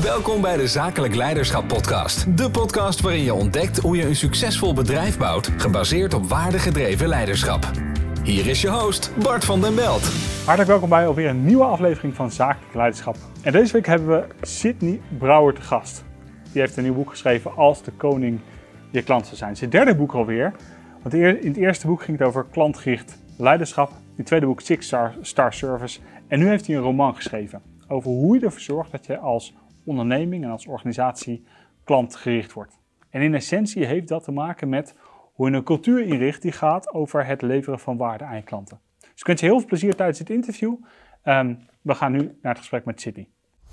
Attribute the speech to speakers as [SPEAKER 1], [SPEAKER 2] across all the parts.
[SPEAKER 1] Welkom bij de Zakelijk Leiderschap Podcast. De podcast waarin je ontdekt hoe je een succesvol bedrijf bouwt, gebaseerd op waardegedreven leiderschap. Hier is je host, Bart van den Belt.
[SPEAKER 2] Hartelijk welkom bij alweer een nieuwe aflevering van Zakelijk Leiderschap. En deze week hebben we Sydney Brouwer te gast. Die heeft een nieuw boek geschreven, Als de koning je klant zou zijn. Zijn derde boek alweer. Want in het eerste boek ging het over klantgericht leiderschap. In het tweede boek Six Star Service. En nu heeft hij een roman geschreven over hoe je ervoor zorgt dat je als onderneming en als organisatie klantgericht wordt. En in essentie heeft dat te maken met hoe je een cultuur inricht die gaat over het leveren van waarde aan je klanten. Dus ik wens je heel veel plezier tijdens dit interview. We gaan nu naar het gesprek met Sydney.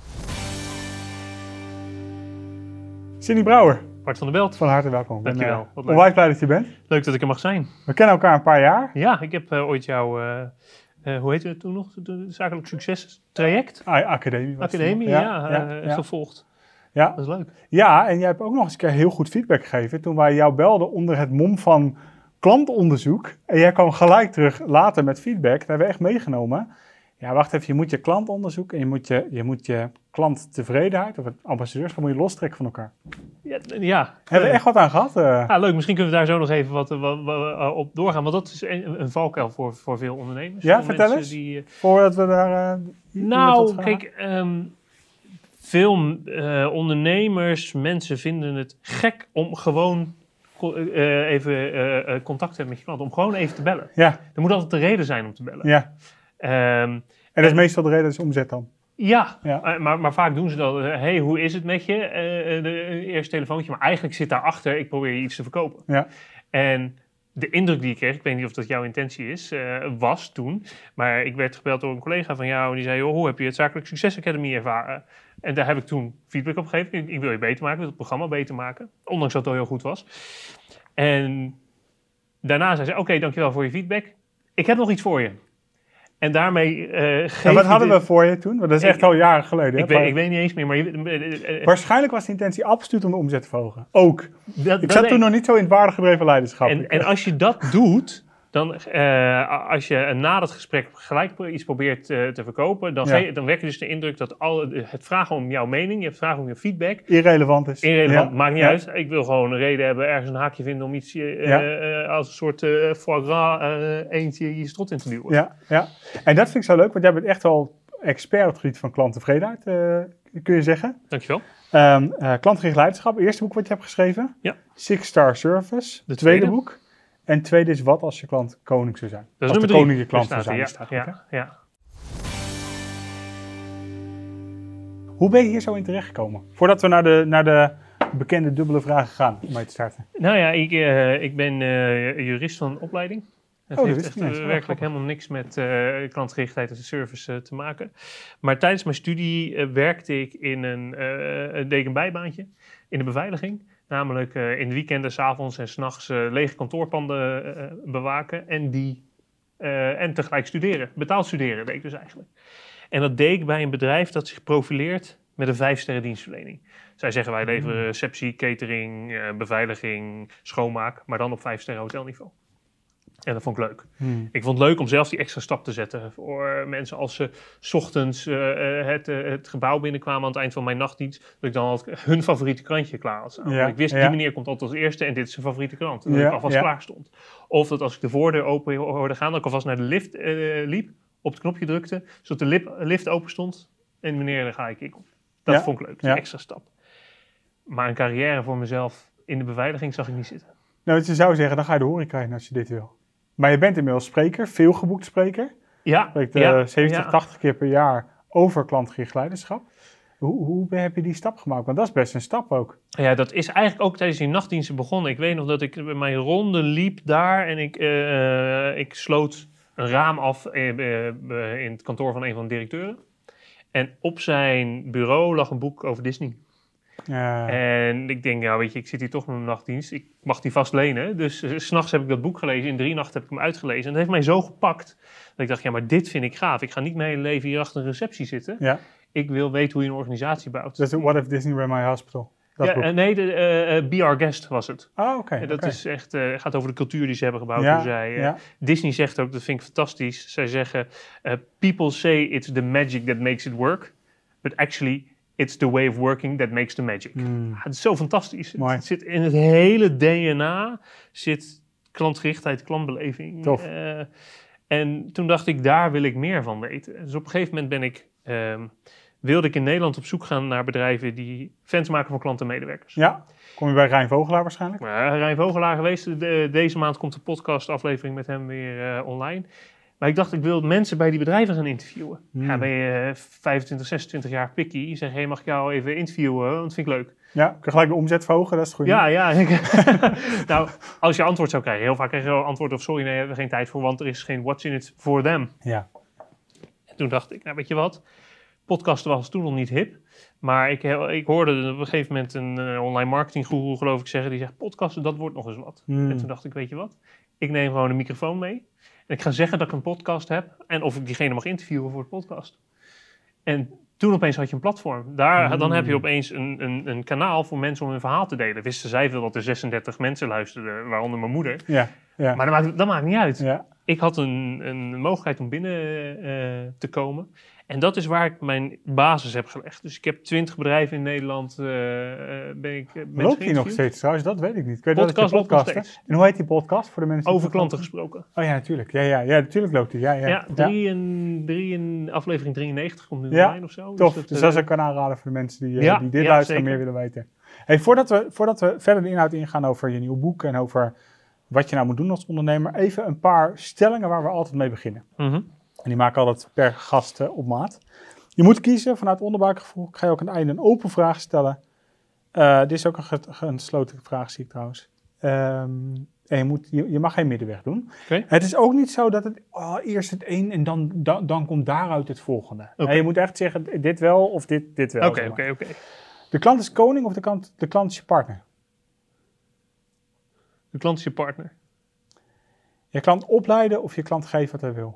[SPEAKER 2] Sydney Brouwer.
[SPEAKER 3] Bart van den Belt.
[SPEAKER 2] Van harte welkom.
[SPEAKER 3] Dankjewel.
[SPEAKER 2] Onwijs blij dat je bent.
[SPEAKER 3] Leuk dat ik er mag zijn.
[SPEAKER 2] We kennen elkaar een paar jaar.
[SPEAKER 3] Ja, ik heb ooit jouw, hoe heette het toen nog? De zakelijk succestraject?
[SPEAKER 2] Academie.
[SPEAKER 3] Gevolgd.
[SPEAKER 2] Ja.
[SPEAKER 3] Dat is leuk.
[SPEAKER 2] Ja, en jij hebt ook nog eens een keer heel goed feedback gegeven toen wij jou belden onder het mom van klantonderzoek. En jij kwam gelijk terug later met feedback. Dat hebben we echt meegenomen. Ja, wacht even, je moet je klantonderzoek en je moet je klanttevredenheid of het ambassadeurschap moet je lostrekken van elkaar.
[SPEAKER 3] Ja.
[SPEAKER 2] Hebben we echt wat aan gehad?
[SPEAKER 3] Leuk, misschien kunnen we daar zo nog even wat op doorgaan. Want dat is een valkuil voor veel ondernemers.
[SPEAKER 2] Ja, vertel eens. Voordat we daar...
[SPEAKER 3] Veel ondernemers, mensen vinden het gek om gewoon even contact te hebben met je klant. Om gewoon even te bellen.
[SPEAKER 2] Ja.
[SPEAKER 3] Er moet altijd een reden zijn om te bellen.
[SPEAKER 2] Ja. En dat is meestal de reden dat is omzet dan?
[SPEAKER 3] Ja. Maar vaak doen ze dat. Hey, hoe is het met je? De eerste telefoontje. Maar eigenlijk zit daarachter, ik probeer je iets te verkopen.
[SPEAKER 2] Ja.
[SPEAKER 3] En de indruk die ik kreeg, ik weet niet of dat jouw intentie is, was toen. Maar ik werd gebeld door een collega van jou en die zei, joh, hoe heb je het Zakelijk Succes Academy ervaren? En daar heb ik toen feedback op gegeven. Ik wil je beter maken, ik wil het programma beter maken. Ondanks dat het al heel goed was. En daarna zei ze, oké, dankjewel voor je feedback. Ik heb nog iets voor je. En daarmee
[SPEAKER 2] en wat hadden we voor je toen? Want dat is echt al jaren geleden.
[SPEAKER 3] Ik weet niet eens meer. Maar
[SPEAKER 2] waarschijlijk was de intentie absoluut om de omzet te verhogen. Ook. Ik zat toen nog niet zo in het waardegedreven leiderschap.
[SPEAKER 3] En als je dat doet, dan als je na dat gesprek gelijk iets probeert te verkopen, dan wek je dus de indruk dat het vragen om jouw mening, het vragen om je feedback,
[SPEAKER 2] irrelevant is.
[SPEAKER 3] Maakt niet uit. Ik wil gewoon een reden hebben, ergens een haakje vinden om iets als een soort foie gras eentje je strot in te duwen.
[SPEAKER 2] Ja. En dat vind ik zo leuk, want jij bent echt wel expert op het gebied van klanttevredenheid, kun je zeggen.
[SPEAKER 3] Dankjewel.
[SPEAKER 2] Klantgericht leiderschap, eerste boek wat je hebt geschreven.
[SPEAKER 3] Ja.
[SPEAKER 2] Six Star Service, de tweede boek. En het tweede is wat als je klant koning zou zijn.
[SPEAKER 3] Dat is
[SPEAKER 2] als de koning je klant zou zijn.
[SPEAKER 3] Ja.
[SPEAKER 2] Hoe ben je hier zo in terechtgekomen? Voordat we naar de bekende dubbele vragen gaan, om mee te starten.
[SPEAKER 3] Nou ja, ik ben jurist van opleiding. Het heeft echt werkelijk helemaal niks met klantgerichtheid en service te maken. Maar tijdens mijn studie werkte ik in deed ik een bijbaantje in de beveiliging. Namelijk in de weekenden, 's avonds en 's nachts lege kantoorpanden bewaken en tegelijk studeren. Betaald studeren deed ik dus eigenlijk. En dat deed ik bij een bedrijf dat zich profileert met een 5-sterren dienstverlening. Zij zeggen wij leveren receptie, catering, beveiliging, schoonmaak, maar dan op 5-sterren hotelniveau. En dat vond ik leuk. Ik vond het leuk om zelf die extra stap te zetten voor mensen als ze 's ochtends het gebouw binnenkwamen aan het eind van mijn nachtdienst, dat ik dan altijd hun favoriete krantje klaar had staan. Ik wist, die meneer komt altijd als eerste en dit is zijn favoriete krant. En dat ik alvast klaar stond. Of dat als ik de voordeur open hoorde gaan, dat ik alvast naar de lift liep, op het knopje drukte, zodat de lift open stond en meneer, daar ga ik in. Dat vond ik leuk, die extra stap. Maar een carrière voor mezelf in de beveiliging zag ik niet zitten.
[SPEAKER 2] Nou, wat je zou zeggen, dan ga je de horeca in als je dit wil. Maar je bent inmiddels spreker, veel geboekt spreker.
[SPEAKER 3] Ja.
[SPEAKER 2] Spreekt 70, 80 keer per jaar over klantgericht leiderschap. Hoe heb je die stap gemaakt? Want dat is best een stap ook. Ja,
[SPEAKER 3] dat is eigenlijk ook tijdens die nachtdiensten begonnen. Ik weet nog dat ik bij mijn ronde liep daar en ik sloot een raam af in het kantoor van een van de directeuren. En op zijn bureau lag een boek over Disney.
[SPEAKER 2] Ja.
[SPEAKER 3] En ik denk, weet je, ik zit hier toch met mijn nachtdienst. Ik mag die vast lenen. Dus 's nachts heb ik dat boek gelezen. In 3 nachten heb ik hem uitgelezen. En dat heeft mij zo gepakt. Dat ik dacht, maar dit vind ik gaaf. Ik ga niet mijn hele leven hier achter een receptie zitten.
[SPEAKER 2] Ja.
[SPEAKER 3] Ik wil weten hoe je een organisatie bouwt.
[SPEAKER 2] Dat is What If Disney Were My Hospital?
[SPEAKER 3] Be Our Guest was het.
[SPEAKER 2] Oké.
[SPEAKER 3] Dat is echt, gaat over de cultuur die ze hebben gebouwd. Disney zegt ook, dat vind ik fantastisch. Zij zeggen, people say it's the magic that makes it work. But actually, it's the way of working that makes the magic. Het is zo fantastisch.
[SPEAKER 2] Mooi.
[SPEAKER 3] Het zit in het hele DNA, zit klantgerichtheid, klantbeleving.
[SPEAKER 2] Tof.
[SPEAKER 3] En toen dacht ik, daar wil ik meer van weten. Dus op een gegeven moment wilde ik in Nederland op zoek gaan naar bedrijven die fans maken van klanten en medewerkers.
[SPEAKER 2] Ja, kom je bij Rijn Vogelaar waarschijnlijk?
[SPEAKER 3] Rijn Vogelaar geweest. Deze maand komt de podcastaflevering met hem weer online. Maar ik dacht, ik wil mensen bij die bedrijven gaan interviewen. Ja, ben je 25, 26 jaar picky. Je zegt, mag ik jou even interviewen? Want dat vind ik leuk.
[SPEAKER 2] Ja, kun je gelijk de omzet verhogen? Dat is goed.
[SPEAKER 3] Ja. Nou, als je antwoord zou krijgen. Heel vaak krijg je antwoord of sorry, nee, hebben we geen tijd voor. Want er is geen what's in it for them.
[SPEAKER 2] Ja.
[SPEAKER 3] En toen dacht ik, weet je wat? Podcasten was toen nog niet hip. Maar ik hoorde op een gegeven moment een online marketinggoeroe, geloof ik, zeggen. Die zegt, podcasten, dat wordt nog eens wat. En toen dacht ik, weet je wat? Ik neem gewoon een microfoon mee. En ik ga zeggen dat ik een podcast heb. En of ik diegene mag interviewen voor de podcast. En toen opeens had je een platform. Dan heb je opeens een kanaal voor mensen om hun verhaal te delen. Wisten zij veel dat er 36 mensen luisterden, waaronder mijn moeder.
[SPEAKER 2] Ja.
[SPEAKER 3] Maar dat maakt niet uit.
[SPEAKER 2] Ja.
[SPEAKER 3] Ik had een mogelijkheid om binnen te komen. En dat is waar ik mijn basis heb gelegd. Dus ik heb 20 bedrijven in Nederland.
[SPEAKER 2] Loopt die nog steeds trouwens? Dat weet ik niet. Ik weet
[SPEAKER 3] podcast
[SPEAKER 2] dat je podcast
[SPEAKER 3] loopt nog steeds.
[SPEAKER 2] En hoe heet die podcast voor de mensen?
[SPEAKER 3] Over klanten gesproken.
[SPEAKER 2] Oh ja, natuurlijk. Ja, natuurlijk loopt die. Ja.
[SPEAKER 3] Aflevering 93 komt nu online of zo.
[SPEAKER 2] Tof. Dus dat is ook een aanrader voor de mensen die dit luisteren en meer willen weten. Hey, voordat we verder de inhoud ingaan over je nieuwe boek en over wat je nou moet doen als ondernemer, even een paar stellingen waar we altijd mee beginnen. En die maken altijd per gast op maat. Je moet kiezen vanuit onderbuikgevoel. Ik ga je ook aan het einde een open vraag stellen. Dit is ook een gesloten vraag, zie ik trouwens. En je mag geen middenweg doen.
[SPEAKER 3] Okay.
[SPEAKER 2] Het is ook niet zo dat het eerst het een en dan komt daaruit het volgende.
[SPEAKER 3] Okay.
[SPEAKER 2] Je moet echt zeggen, dit wel of dit wel.
[SPEAKER 3] Oké.
[SPEAKER 2] De klant is koning of de klant is je partner?
[SPEAKER 3] De klant is je partner.
[SPEAKER 2] Je klant opleiden of je klant geven wat hij wil?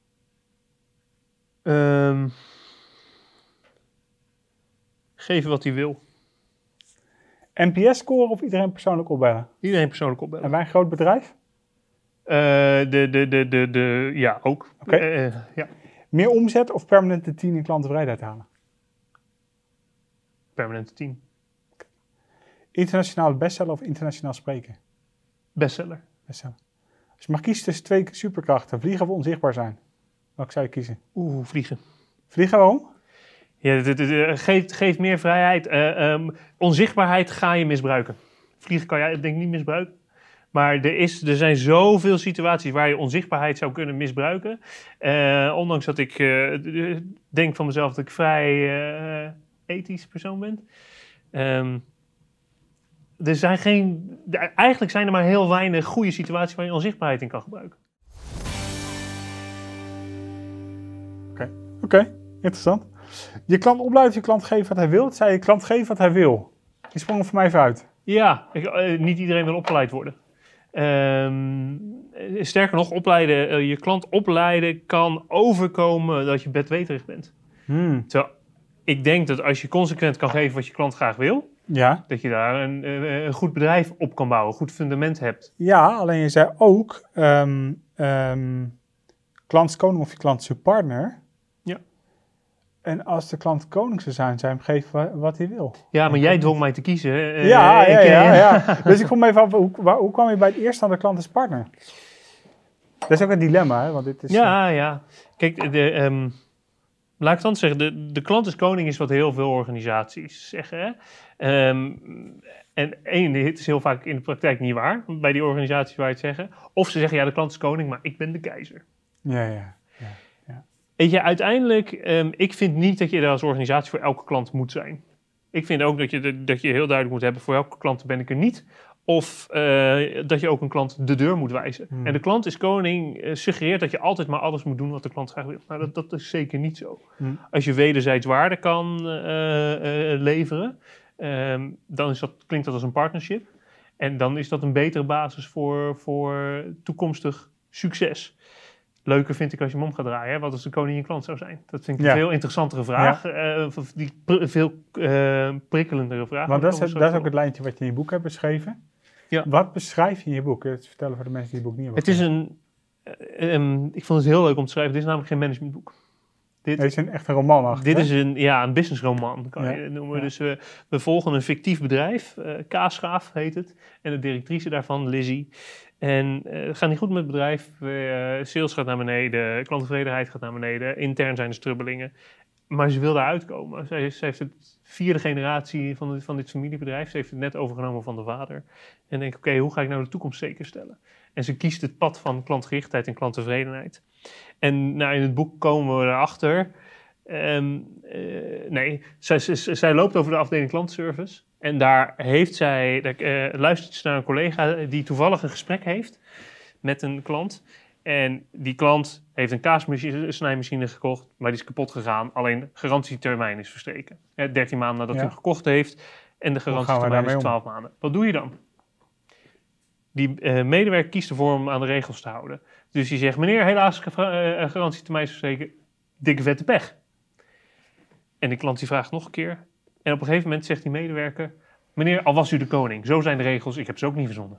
[SPEAKER 3] Geven wat hij wil.
[SPEAKER 2] NPS scoren of iedereen persoonlijk opbellen?
[SPEAKER 3] Iedereen persoonlijk opbellen.
[SPEAKER 2] En wij een groot bedrijf?
[SPEAKER 3] Ja, ook.
[SPEAKER 2] Okay.
[SPEAKER 3] Ja.
[SPEAKER 2] Meer omzet of permanente 10 in klanttevredenheid halen?
[SPEAKER 3] Permanente 10.
[SPEAKER 2] Internationaal bestseller of internationaal spreken?
[SPEAKER 3] Bestseller.
[SPEAKER 2] Bestseller. Als je mag kiezen tussen 2 superkrachten, vliegen of onzichtbaar zijn, welke zou je kiezen?
[SPEAKER 3] Vliegen.
[SPEAKER 2] Vliegen, waarom?
[SPEAKER 3] Ja, het geeft meer vrijheid. Onzichtbaarheid ga je misbruiken. Vliegen kan jij denk ik niet misbruiken. Maar er zijn zoveel situaties waar je onzichtbaarheid zou kunnen misbruiken. Ondanks dat ik denk van mezelf dat ik vrij ethisch persoon ben. Eigenlijk zijn er maar heel weinig goede situaties waar je onzichtbaarheid in kan gebruiken.
[SPEAKER 2] Oké, interessant. Je klant opleiden of je klant geven wat hij wil? Het zei je klant geven wat hij wil. Die sprong er voor mij even uit.
[SPEAKER 3] Ja, niet iedereen wil opgeleid worden. Sterker nog, je klant opleiden kan overkomen dat je bedweterig bent. Terwijl ik denk dat als je consequent kan geven wat je klant graag wil, dat je daar een goed bedrijf op kan bouwen, een goed fundament hebt.
[SPEAKER 2] Ja, alleen je zei ook, klant is koning of je klant is je partner.
[SPEAKER 3] Ja.
[SPEAKER 2] En als de klant koning zou zijn, zou je hem geven wat hij wil.
[SPEAKER 3] Ja, maar jij dwong mij te kiezen.
[SPEAKER 2] Ja. Dus ik vroeg me even af, hoe kwam je bij het eerst aan de klant als partner? Dat is ook een dilemma, hè? Want dit is...
[SPEAKER 3] Ja. Kijk, laat ik het anders zeggen. De klant is koning is wat heel veel organisaties zeggen. Hè? Het is heel vaak in de praktijk niet waar, bij die organisaties waar je het zeggen. Of ze zeggen, ja, de klant is koning, maar ik ben de keizer.
[SPEAKER 2] Ja.
[SPEAKER 3] Weet je, uiteindelijk, ik vind niet dat je er als organisatie voor elke klant moet zijn. Ik vind ook dat je heel duidelijk moet hebben, voor elke klant ben ik er niet. Of dat je ook een klant de deur moet wijzen. En de klant is koning suggereert dat je altijd maar alles moet doen wat de klant graag wil. Nou, dat is zeker niet zo. Als je wederzijds waarde kan leveren, dan klinkt dat als een partnership. En dan is dat een betere basis voor toekomstig succes. Leuker vind ik als je hem om gaat draaien. Hè? Wat als de koning je klant zou zijn? Dat vind ik een veel interessantere vraag. Veel prikkelendere vraag.
[SPEAKER 2] Want dat is ook het lijntje wat je in je boek hebt beschreven. Ja. Wat beschrijf je in je boek? Kun je het vertellen voor de mensen die het boek niet hebben
[SPEAKER 3] gelezen? Ik vond het heel leuk om te schrijven. Dit is namelijk geen managementboek.
[SPEAKER 2] Dit is echt een roman.
[SPEAKER 3] Dit is een businessroman, kan je het noemen. Ja. Dus we volgen een fictief bedrijf, Kaasgaaf heet het. En de directrice daarvan, Lizzie. En het gaat niet goed met het bedrijf. Sales gaat naar beneden, klanttevredenheid gaat naar beneden. Intern zijn er strubbelingen. Maar ze wil daar uitkomen. Ze heeft het 4e generatie van dit familiebedrijf. Ze heeft het net overgenomen van de vader. En denkt, oké, hoe ga ik nou de toekomst zeker stellen? En ze kiest het pad van klantgerichtheid en klanttevredenheid. En in het boek komen we erachter. Zij loopt over de afdeling klantenservice. En daar luistert ze naar een collega die toevallig een gesprek heeft met een klant. En die klant heeft een snijmachine gekocht, maar die is kapot gegaan. Alleen garantietermijn is verstreken. 13 maanden nadat hij hem gekocht heeft. En de garantietermijn is 12 maanden. Wat doe je dan? Die medewerker kiest ervoor om aan de regels te houden. Dus die zegt, meneer, helaas, garantietermijn is verstreken. Dikke vette pech. En de klant die vraagt nog een keer. En op een gegeven moment zegt die medewerker, meneer, al was u de koning. Zo zijn de regels, ik heb ze ook niet verzonnen.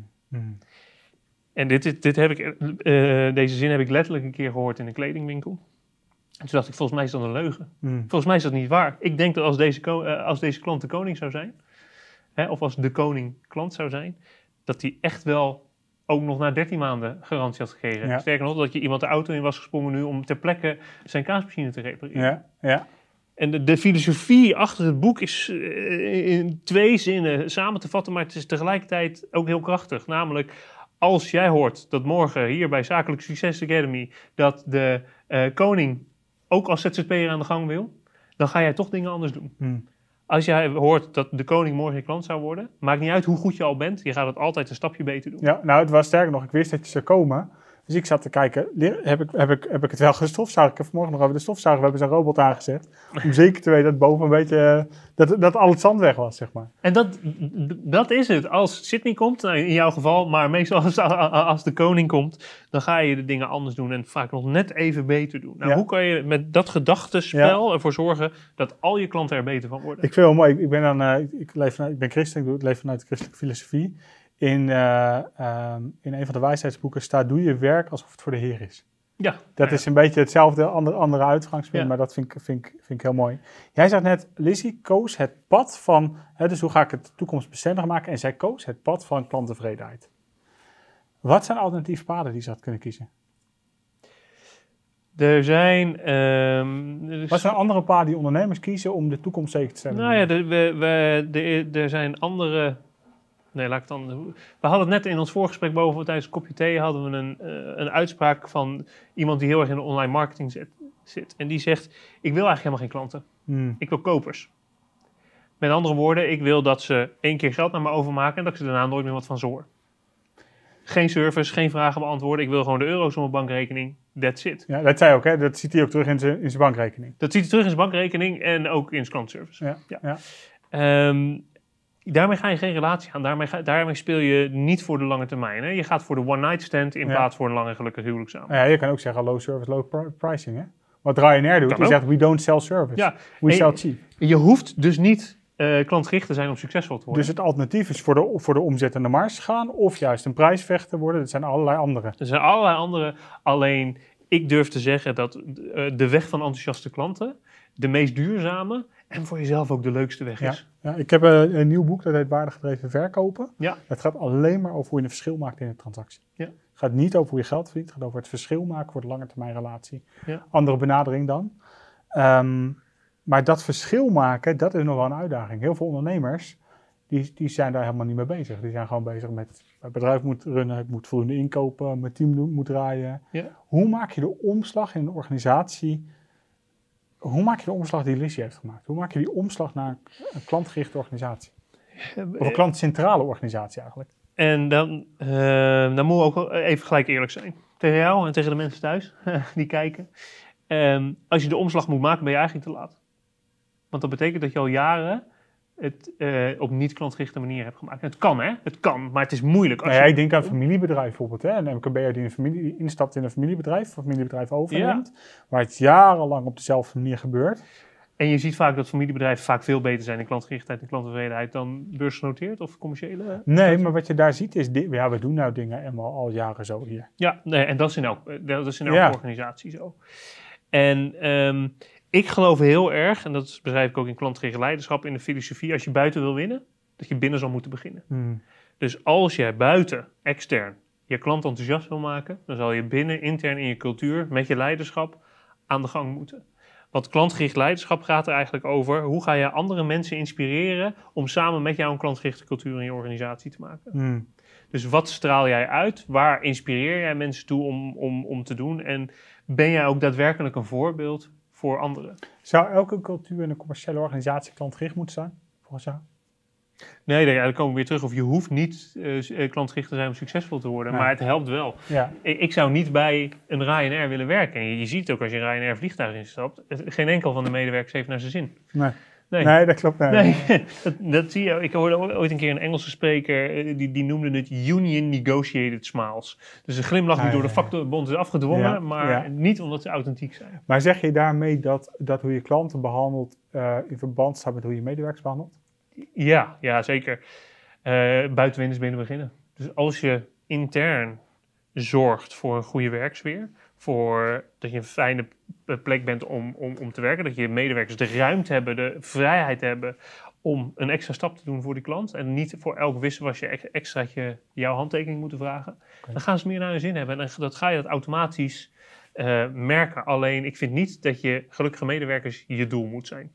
[SPEAKER 3] En deze zin heb ik letterlijk een keer gehoord in een kledingwinkel. En toen dacht ik, volgens mij is dat een leugen. Volgens mij is dat niet waar. Ik denk dat als deze klant de koning zou zijn, of als de koning klant zou zijn, dat hij echt wel ook nog na 13 maanden garantie had gekregen. Ja. Sterker nog, dat je iemand de auto in was gesprongen nu om ter plekke zijn kaasmachine te repareren. Ja. En de filosofie achter het boek is in 2 zinnen samen te vatten, maar het is tegelijkertijd ook heel krachtig. Namelijk, als jij hoort dat morgen hier bij Zakelijk Succes Academy dat de koning ook als ZZP'er aan de gang wil, dan ga jij toch dingen anders doen. Als jij hoort dat de koning morgen je klant zou worden, maakt niet uit hoe goed je al bent, je gaat het altijd een stapje beter doen.
[SPEAKER 2] Ja, nou het was sterker nog, ik wist dat je zou komen. Dus ik zat te kijken, heb ik het wel gestofzuigd? Ik heb vanmorgen nog over de stofzuiger, we hebben zo'n robot aangezet. Om zeker te weten dat boven een beetje, dat al het zand weg was, zeg maar.
[SPEAKER 3] En dat is het. Als Sydney komt, nou in jouw geval, maar meestal als de koning komt, dan ga je de dingen anders doen en vaak nog net even beter doen. Nou, hoe kan je met dat gedachtenspel ervoor zorgen dat al je klanten er beter van worden?
[SPEAKER 2] Ik vind het wel mooi, ik ben christen, ik leef vanuit de christelijke filosofie. In een van de wijsheidsboeken staat, doe je werk alsof het voor de Heer is. Ja. Dat is een beetje hetzelfde, andere uitgangspunt, maar dat vind ik heel mooi. Jij zegt net, Lizzie koos het pad van, dus hoe ga ik het toekomstbestendig maken? En zij koos het pad van klanttevredenheid. Wat zijn alternatieve paden die ze had kunnen kiezen?
[SPEAKER 3] Er zijn...
[SPEAKER 2] Wat zijn andere paden die ondernemers kiezen om de toekomst zeker te stellen?
[SPEAKER 3] Nou ja, er zijn andere... Nee, laat ik het dan... We hadden het net in ons voorgesprek boven, tijdens een kopje thee hadden we een uitspraak van iemand die heel erg in de online marketing zit. En die zegt, ik wil eigenlijk helemaal geen klanten. Ik wil kopers. Met andere woorden, ik wil dat ze 1 keer geld naar me overmaken en dat ik ze daarna nooit meer wat van ze hoor. Geen service, geen vragen beantwoorden. Ik wil gewoon de euro's op mijn bankrekening. That's it.
[SPEAKER 2] Ja, dat zei hij ook, hè? Dat ziet hij ook terug in zijn bankrekening.
[SPEAKER 3] Dat ziet hij terug in zijn bankrekening en ook in zijn klantenservice. Ja. Daarmee ga je geen relatie aan. Daarmee speel je niet voor de lange termijn. Hè? Je gaat voor de one-night stand in plaats voor een lang en gelukkig huwelijk samen.
[SPEAKER 2] Ja, je kan ook zeggen low service, low pricing. Hè? Wat Ryanair doet, die zegt we don't sell service. We sell cheap.
[SPEAKER 3] Je hoeft dus niet klantgericht te zijn om succesvol te worden.
[SPEAKER 2] Dus het alternatief is voor de omzet en de marge gaan of juist een prijsvechter worden. Er zijn allerlei andere.
[SPEAKER 3] Er zijn allerlei andere. Alleen ik durf te zeggen dat de weg van enthousiaste klanten de meest duurzame en voor jezelf ook de leukste weg is.
[SPEAKER 2] Ja, ik heb een nieuw boek, dat heet Waardegedreven Verkopen.
[SPEAKER 3] Ja.
[SPEAKER 2] Het gaat alleen maar over hoe je een verschil maakt in een transactie. Ja. Het gaat niet over hoe je geld verdient, het gaat over het verschil maken voor de lange termijn relatie. Ja. Andere benadering dan. Maar dat verschil maken, dat is nog wel een uitdaging. Heel veel ondernemers, die zijn daar helemaal niet mee bezig. Die zijn gewoon bezig met, het bedrijf moet runnen, het moet voldoende inkopen, mijn team moet draaien. Ja. Hoe maak je de omslag in een organisatie... Hoe maak je de omslag die Lizzie heeft gemaakt? Hoe maak je die omslag naar een klantgerichte organisatie? Of een klantcentrale organisatie eigenlijk?
[SPEAKER 3] En dan moeten we ook even gelijk eerlijk zijn. Tegen jou en tegen de mensen thuis die kijken. Als je de omslag moet maken, ben je eigenlijk te laat. Want dat betekent dat je al jaren het op niet klantgerichte manier hebt gemaakt. Het kan, hè? Het kan, maar het is moeilijk.
[SPEAKER 2] Ik denk aan een familiebedrijf bijvoorbeeld. Hè? Een MKB'er die instapt in een familiebedrijf overneemt. Waar het jarenlang op dezelfde manier gebeurt.
[SPEAKER 3] En je ziet vaak dat familiebedrijven vaak veel beter zijn in klantgerichtheid en klanttevredenheid dan beursgenoteerd of commerciële.
[SPEAKER 2] Nee, maar wat je daar ziet is, we doen nou dingen al jaren zo hier.
[SPEAKER 3] Ja, nee, en dat is in elke organisatie zo. En ik geloof heel erg, en dat beschrijf ik ook in klantgericht leiderschap, in de filosofie, als je buiten wil winnen, dat je binnen zal moeten beginnen. Dus als jij buiten, extern, je klant enthousiast wil maken, dan zal je binnen, intern in je cultuur, met je leiderschap, aan de gang moeten. Want klantgericht leiderschap gaat er eigenlijk over, hoe ga je andere mensen inspireren om samen met jou een klantgerichte cultuur in je organisatie te maken. Dus wat straal jij uit? Waar inspireer jij mensen toe om te doen? En ben jij ook daadwerkelijk een voorbeeld voor anderen?
[SPEAKER 2] Zou elke cultuur in een commerciële organisatie klantgericht moeten zijn, volgens jou?
[SPEAKER 3] Nee, dan komen we weer terug. Of je hoeft niet klantgericht te zijn om succesvol te worden. Nee. Maar het helpt wel. Ja. Ik zou niet bij een Ryanair willen werken. En je ziet ook als je een Ryanair vliegtuig instapt, geen enkel van de medewerkers heeft naar zijn zin.
[SPEAKER 2] Nee, dat klopt.
[SPEAKER 3] Nee, dat zie je. Ik hoorde ooit een keer een Engelse spreker, die noemde het union negotiated smiles. Dus een glimlach die door de vakbond is afgedwongen, maar niet omdat ze authentiek zijn.
[SPEAKER 2] Maar zeg je daarmee dat hoe je klanten behandelt in verband staat met hoe je medewerkers behandelt?
[SPEAKER 3] Ja, zeker. Buiten is binnen beginnen. Dus als je intern zorgt voor een goede werksfeer, voor dat je een fijne plek bent om te werken, dat je medewerkers de ruimte hebben, de vrijheid hebben om een extra stap te doen voor die klant en niet voor elk wisselwasje extraatje jouw handtekening moeten vragen, dan gaan ze meer naar hun zin hebben. En dan ga je dat automatisch merken. Alleen, ik vind niet dat je gelukkige medewerkers je doel moet zijn.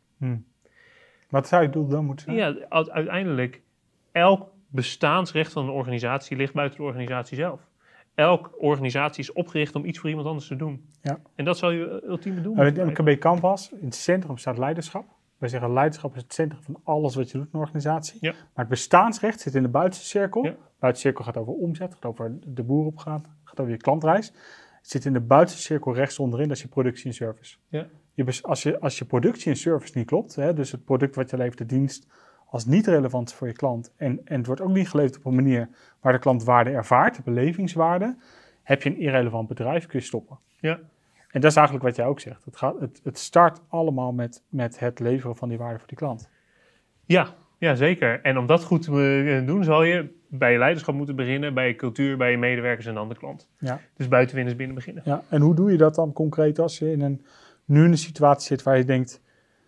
[SPEAKER 2] Wat zou je doel dan moeten zijn?
[SPEAKER 3] Ja, uiteindelijk, elk bestaansrecht van een organisatie ligt buiten de organisatie zelf. Elke organisatie is opgericht om iets voor iemand anders te doen. Ja. En dat zou je ultieme doen.
[SPEAKER 2] In MKB Canvas, in het centrum staat leiderschap. Wij zeggen leiderschap is het centrum van alles wat je doet in een organisatie. Ja. Maar het bestaansrecht zit in de buitenste cirkel. Ja. De buitenste cirkel gaat over omzet, gaat over de boer opgaan, gaat over je klantreis. Het zit in de buitenste cirkel rechts onderin, dat is je productie en service. Ja. Als je productie en service niet klopt, dus het product wat je levert, de dienst, als niet relevant is voor je klant en het wordt ook niet geleverd op een manier waar de klant waarde ervaart, de belevingswaarde, heb je een irrelevant bedrijf, kun je stoppen. Ja. En dat is eigenlijk wat jij ook zegt. Het start allemaal met het leveren van die waarde voor die klant.
[SPEAKER 3] Ja, zeker. En om dat goed te doen, zal je bij je leiderschap moeten beginnen, bij je cultuur, bij je medewerkers en dan de klant. Ja. Dus buiten is binnen beginnen.
[SPEAKER 2] Ja. En hoe doe je dat dan concreet als je nu in een situatie zit waar je denkt,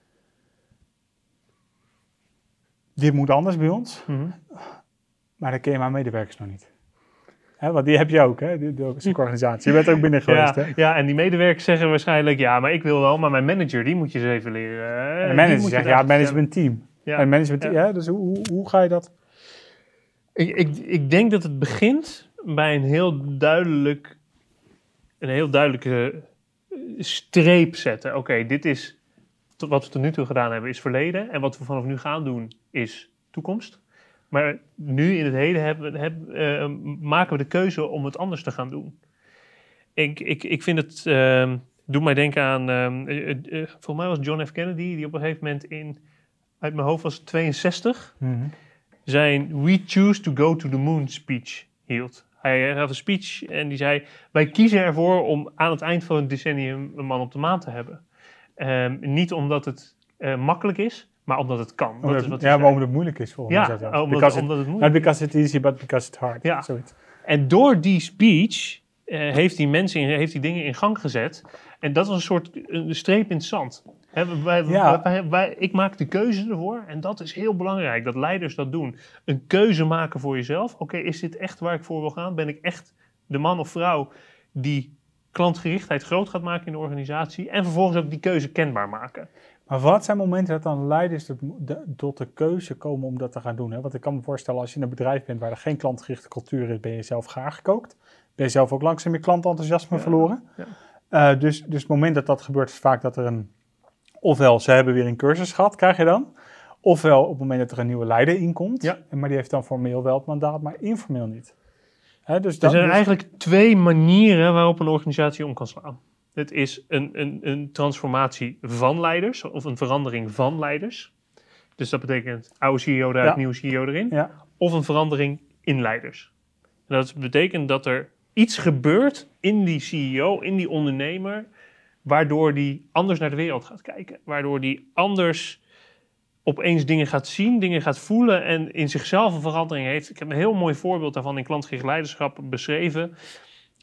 [SPEAKER 2] dit moet anders bij ons, maar dan ken je mijn medewerkers nog niet. Want die heb je ook, de organisatie. Je bent er ook binnen geweest.
[SPEAKER 3] Ja, en die medewerkers zeggen waarschijnlijk, ja, maar ik wil wel, maar mijn manager, die moet je eens even leren.
[SPEAKER 2] En de manager zegt, het managementteam. Ja. En management, dus hoe ga je dat?
[SPEAKER 3] Ik denk dat het begint bij een heel duidelijke streep zetten. Oké, dit is wat we tot nu toe gedaan hebben, is verleden. En wat we vanaf nu gaan doen, is toekomst. Maar nu in het heden maken we de keuze om het anders te gaan doen. Ik vind het, doet mij denken aan, volgens mij was John F. Kennedy, die op een gegeven moment uit mijn hoofd was 62, zijn We Choose to Go to the Moon speech hield. Hij had een speech en die zei, wij kiezen ervoor om aan het eind van het decennium een man op de maan te hebben. Niet omdat het makkelijk is, maar omdat het kan.
[SPEAKER 2] Maar omdat het moeilijk is volgens mij.
[SPEAKER 3] Ja, omdat het moeilijk is.
[SPEAKER 2] Not because it's easy, but because it's hard.
[SPEAKER 3] Ja. En door die speech heeft die dingen in gang gezet. En dat was een soort streep in het zand. Ik maak de keuze ervoor. En dat is heel belangrijk, dat leiders dat doen. Een keuze maken voor jezelf. Oké, is dit echt waar ik voor wil gaan? Ben ik echt de man of vrouw die klantgerichtheid groot gaat maken in de organisatie? En vervolgens ook die keuze kenbaar maken.
[SPEAKER 2] Maar wat zijn momenten dat dan leiders tot de keuze komen om dat te gaan doen? Want ik kan me voorstellen, als je in een bedrijf bent waar er geen klantgerichte cultuur is, ben je zelf gaar gekookt. Ben je zelf ook langzaam je klantenthousiasme verloren. Ja. Dus het moment dat gebeurt is vaak dat er ofwel ze hebben weer een cursus gehad, krijg je dan. Ofwel op het moment dat er een nieuwe leider inkomt. Maar die heeft dan formeel wel het mandaat, maar informeel niet.
[SPEAKER 3] Er zijn eigenlijk twee manieren waarop een organisatie om kan slaan. Het is een transformatie van leiders of een verandering van leiders. Dus dat betekent oude CEO eruit, nieuwe CEO erin. Ja. Of een verandering in leiders. En dat betekent dat er iets gebeurt in die CEO, in die ondernemer, waardoor die anders naar de wereld gaat kijken. Waardoor die anders opeens dingen gaat zien, dingen gaat voelen en in zichzelf een verandering heeft. Ik heb een heel mooi voorbeeld daarvan in klantgericht leiderschap beschreven.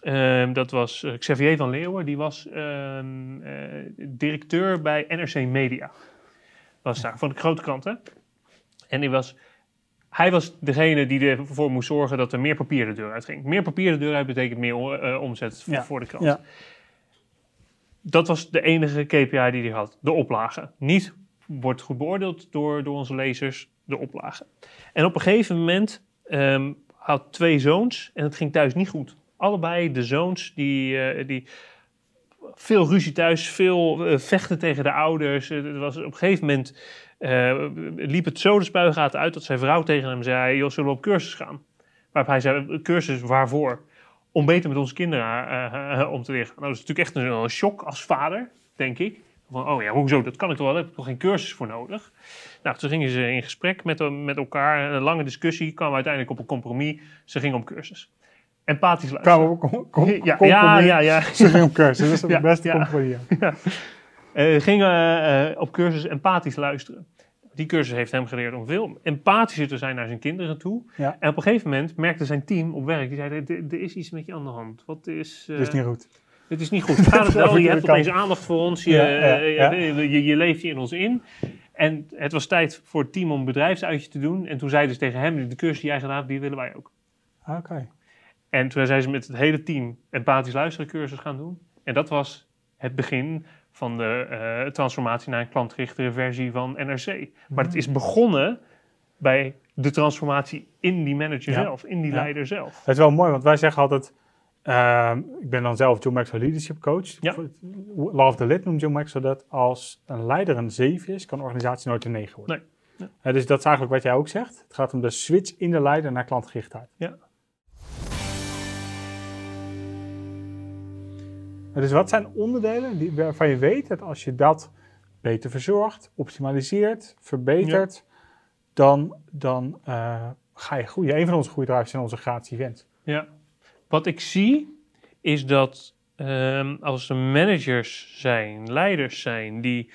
[SPEAKER 3] Dat was Xavier van Leeuwen. Die was directeur bij NRC Media. Was daar, van de grote kranten. En hij was degene die ervoor moest zorgen dat er meer papier de deur uit ging. Meer papier de deur uit betekent meer omzet voor de krant. Ja. Dat was de enige KPI die hij had. De oplage. Niet wordt goed beoordeeld door onze lezers, de oplage. En op een gegeven moment had 2 zoons en het ging thuis niet goed. Allebei de zoons die veel ruzie thuis, veel vechten tegen de ouders. Het was op een gegeven moment liep het zo de spuigaten uit dat zijn vrouw tegen hem zei: joh, zullen we op cursus gaan? Waarop hij zei: cursus waarvoor? Om beter met onze kinderen om te leren. Nou, dat is natuurlijk echt een shock als vader, denk ik. Van, oh ja, hoezo? Dat kan ik toch wel? Daar heb ik toch geen cursus voor nodig? Nou, toen gingen ze in gesprek met elkaar. Een lange discussie, kwamen uiteindelijk op een compromis. Ze gingen op cursus. Empathisch luisteren.
[SPEAKER 2] Ja. Ze gingen op cursus, dat is het beste compromis.
[SPEAKER 3] Ja. Gingen op cursus empathisch luisteren. Die cursus heeft hem geleerd om veel empathischer te zijn naar zijn kinderen toe. Ja. En op een gegeven moment merkte zijn team op werk, die zei, er is iets met je aan de hand. Wat is...
[SPEAKER 2] Dit is niet goed.
[SPEAKER 3] Dit is niet goed. Ga het wel, je hebt opeens aandacht voor ons, je leeft hier in ons in. En het was tijd voor het team om een bedrijfsuitje te doen. En toen zeiden ze tegen hem, de cursus die jij gedaan hebt, die willen wij ook.
[SPEAKER 2] Oké.
[SPEAKER 3] En toen zijn ze met het hele team empathisch luisteren cursus gaan doen. En dat was het begin van de transformatie naar een klantgerichtere versie van NRC. Maar het is begonnen bij de transformatie in die manager zelf, in die leider zelf.
[SPEAKER 2] Dat is wel mooi, want wij zeggen altijd, ik ben dan zelf John Maxwell Leadership Coach.
[SPEAKER 3] Ja.
[SPEAKER 2] Love the Lid noemt John Maxwell dat als een leider een 7 is, kan een organisatie nooit een 9 worden. Nee. Ja. Dus dat is eigenlijk wat jij ook zegt. Het gaat om de switch in de leider naar klantgerichtheid.
[SPEAKER 3] Ja.
[SPEAKER 2] Dus wat zijn onderdelen waarvan je weet dat als je dat beter verzorgt, optimaliseert, verbetert, dan ga je groeien. Een van onze groeidrijvers zijn onze gratis events.
[SPEAKER 3] Ja. Wat ik zie is dat als er managers zijn, leiders zijn die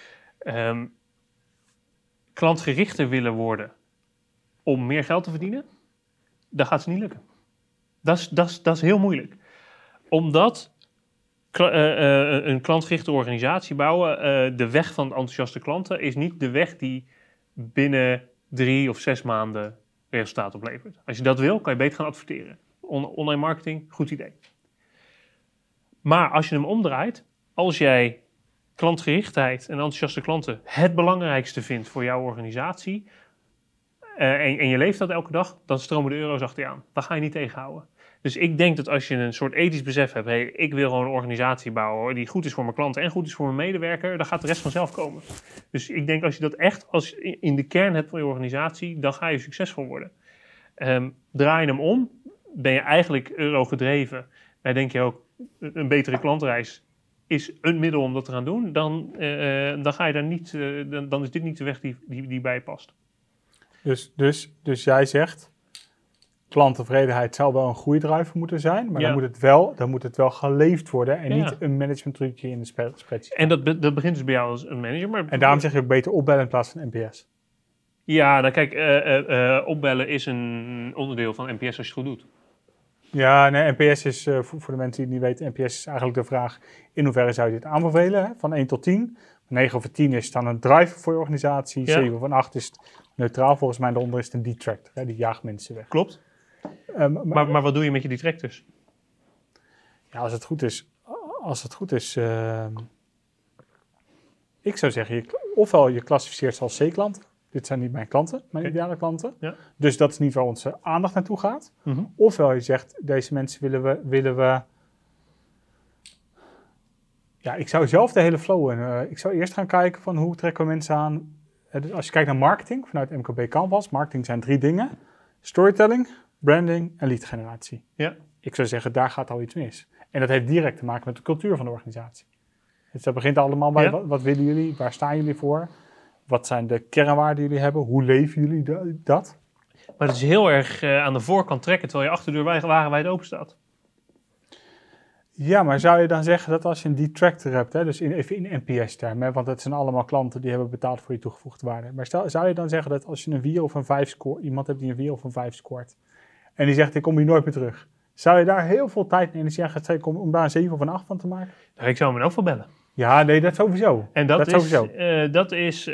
[SPEAKER 3] klantgerichter willen worden om meer geld te verdienen, dan gaat het niet lukken. Dat is heel moeilijk. Omdat een klantgerichte organisatie bouwen, de weg van de enthousiaste klanten is niet de weg die binnen 3 of 6 maanden resultaat oplevert. Als je dat wil, kan je beter gaan adverteren. Online marketing, goed idee. Maar als je hem omdraait, als jij klantgerichtheid en enthousiaste klanten het belangrijkste vindt voor jouw organisatie en je leeft dat elke dag, dan stromen de euro's achter je aan. Dat ga je niet tegenhouden. Dus ik denk dat als je een soort ethisch besef hebt, hey, ik wil gewoon een organisatie bouwen die goed is voor mijn klanten en goed is voor mijn medewerker, dan gaat de rest vanzelf komen. Dus ik denk als je dat echt als in de kern hebt van je organisatie, dan ga je succesvol worden. Draai je hem om, ben je eigenlijk euro gedreven. Dan denk je ook, een betere klantreis is een middel om dat te gaan doen. Dan ga je daar niet, dan is dit niet de weg die bij je past.
[SPEAKER 2] Dus jij zegt, klanttevredenheid zou wel een groeidrijver moeten zijn, maar dan moet het wel geleefd worden en niet een management trucje in de spreadsheet.
[SPEAKER 3] En dat begint dus bij jou als een manager. Maar
[SPEAKER 2] en daarom zeg je ook beter opbellen in plaats van NPS.
[SPEAKER 3] Ja, nou kijk, opbellen is een onderdeel van NPS als je het goed doet.
[SPEAKER 2] Ja, nee, NPS is, voor de mensen die het niet weten, NPS is eigenlijk de vraag, in hoeverre zou je dit aanbevelen, hè? Van 1 tot 10. 9 over 10 is dan een driver voor je organisatie, 7 van 8 is neutraal, volgens mij daaronder is het een detractor, hè? Die jaagt mensen weg.
[SPEAKER 3] Klopt. Maar wat doe je met je detractors?
[SPEAKER 2] Ja, als het goed is, ik zou zeggen, ofwel je klassificeert ze als C-klanten. Dit zijn niet mijn klanten, mijn ideale klanten. Ja. Dus dat is niet waar onze aandacht naartoe gaat. Mm-hmm. Ofwel je zegt, deze mensen willen we... Ja, ik zou zelf de hele flow ik zou eerst gaan kijken van hoe trekken we mensen aan. Dus als je kijkt naar marketing vanuit MKB Canvas, marketing zijn 3 dingen. Storytelling, branding en lead generatie. Ja. Ik zou zeggen, daar gaat al iets mis. En dat heeft direct te maken met de cultuur van de organisatie. Dus dat begint allemaal bij wat willen jullie, waar staan jullie voor? Wat zijn de kernwaarden die jullie hebben? Hoe leven jullie dat?
[SPEAKER 3] Maar het is heel erg aan de voorkant trekken, terwijl je achterdeur wagenwijd open staat.
[SPEAKER 2] Ja, maar zou je dan zeggen dat als je een detractor hebt, hè, dus even in NPS-termen, want het zijn allemaal klanten die hebben betaald voor je toegevoegde waarde. Maar zou je dan zeggen dat als je een 4 of een 5 scoort, iemand hebt die een 4 of een 5 scoort, en die zegt ik kom hier nooit meer terug. Zou je daar heel veel tijd en energie aan gaan steken om daar een 7 of een 8 van te maken?
[SPEAKER 3] Nou, ik zou hem ook wel bellen.
[SPEAKER 2] Ja, nee, dat sowieso.
[SPEAKER 3] En dat is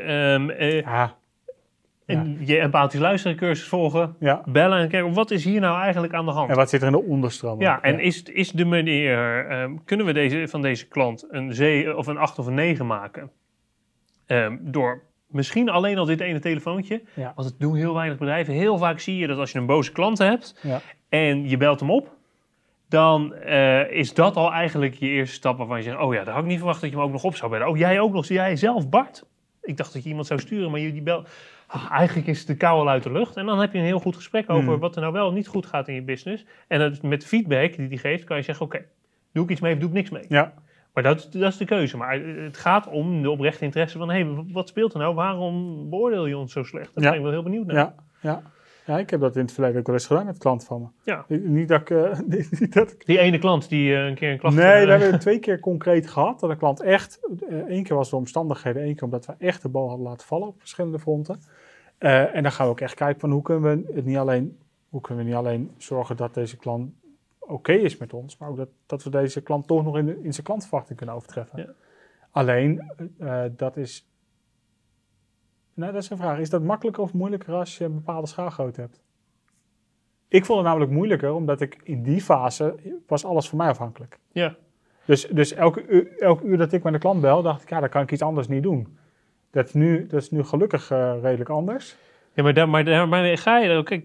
[SPEAKER 3] je empathisch luisteren cursus volgen, bellen en kijken, wat is hier nou eigenlijk aan de hand?
[SPEAKER 2] En wat zit er in de onderstroom?
[SPEAKER 3] Ja, en is de manier, kunnen we van deze klant een 7 of een 8 of een 9 maken? Door misschien alleen al dit ene telefoontje. Ja. Want dat doen heel weinig bedrijven. Heel vaak zie je dat als je een boze klant hebt en je belt hem op, dan is dat al eigenlijk je eerste stap waarvan je zegt, oh ja, daar had ik niet verwacht dat je hem ook nog op zou bellen. Oh, jij ook nog? Jij zelf, Bart? Ik dacht dat je iemand zou sturen, maar die belt. Eigenlijk is de kou al uit de lucht. En dan heb je een heel goed gesprek over wat er nou wel niet goed gaat in je business. En met feedback die die geeft, kan je zeggen, oké, doe ik iets mee of doe ik niks mee? Ja. Maar dat is de keuze. Maar het gaat om de oprechte interesse van, wat speelt er nou? Waarom beoordeel je ons zo slecht? Daar ben ik wel heel benieuwd naar.
[SPEAKER 2] Ja, ik heb dat in het verleden ook wel eens gedaan met klanten van me.
[SPEAKER 3] Ja.
[SPEAKER 2] Niet dat ik...
[SPEAKER 3] Die ene klant die een keer een klacht...
[SPEAKER 2] Nee, we hebben het 2 keer concreet gehad. Dat de klant echt... 1 keer was de omstandigheden, 1 keer omdat we echt de bal hadden laten vallen op verschillende fronten. En dan gaan we ook echt kijken van hoe kunnen we niet alleen zorgen dat deze klant oké is met ons, maar ook dat we deze klant toch nog in zijn klantverwachting kunnen overtreffen. Ja. Alleen, dat is een vraag. Is dat makkelijker of moeilijker als je een bepaalde schaalgrootte hebt? Ik vond het namelijk moeilijker, omdat ik in die fase was alles van mij afhankelijk.
[SPEAKER 3] Ja.
[SPEAKER 2] Dus elk uur dat ik met de klant bel, dacht ik, dan kan ik iets anders niet doen. Dat is nu gelukkig redelijk anders.
[SPEAKER 3] Ja, maar ga je... Kijk,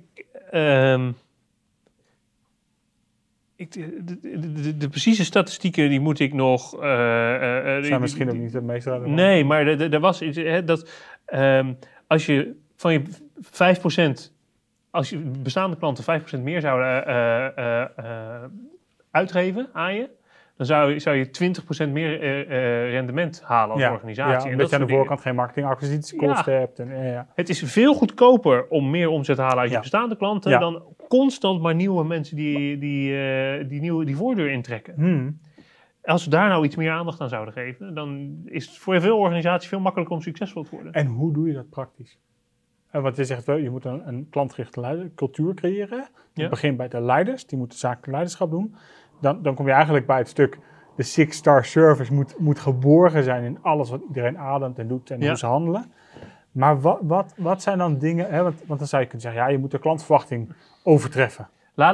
[SPEAKER 3] de precieze statistieken die moet ik nog...
[SPEAKER 2] zijn misschien ook niet het meest relevant.
[SPEAKER 3] Nee, maar er was iets... als je van je 5%... Als je bestaande klanten 5% meer zouden uitgeven aan je... dan zou je 20% meer rendement halen als organisatie.
[SPEAKER 2] Ja, omdat je aan de voorkant geen marketingacquisitiekosten hebt.
[SPEAKER 3] Het is veel goedkoper om meer omzet te halen uit je bestaande klanten... dan constant maar nieuwe mensen die voordeur intrekken. Als we daar nou iets meer aandacht aan zouden geven... dan is het voor veel organisaties veel makkelijker om succesvol te worden.
[SPEAKER 2] En hoe doe je dat praktisch? Want je zegt wel, je moet een klantgerichte cultuur creëren. Het begint bij de leiders, die moeten zakelijk leiderschap doen... Dan kom je eigenlijk bij het stuk, de 6-star service moet geborgen zijn in alles wat iedereen ademt en doet en hoe ze handelen. Maar wat zijn dan dingen, want dan zou je kunnen zeggen, je moet de klantverwachting overtreffen.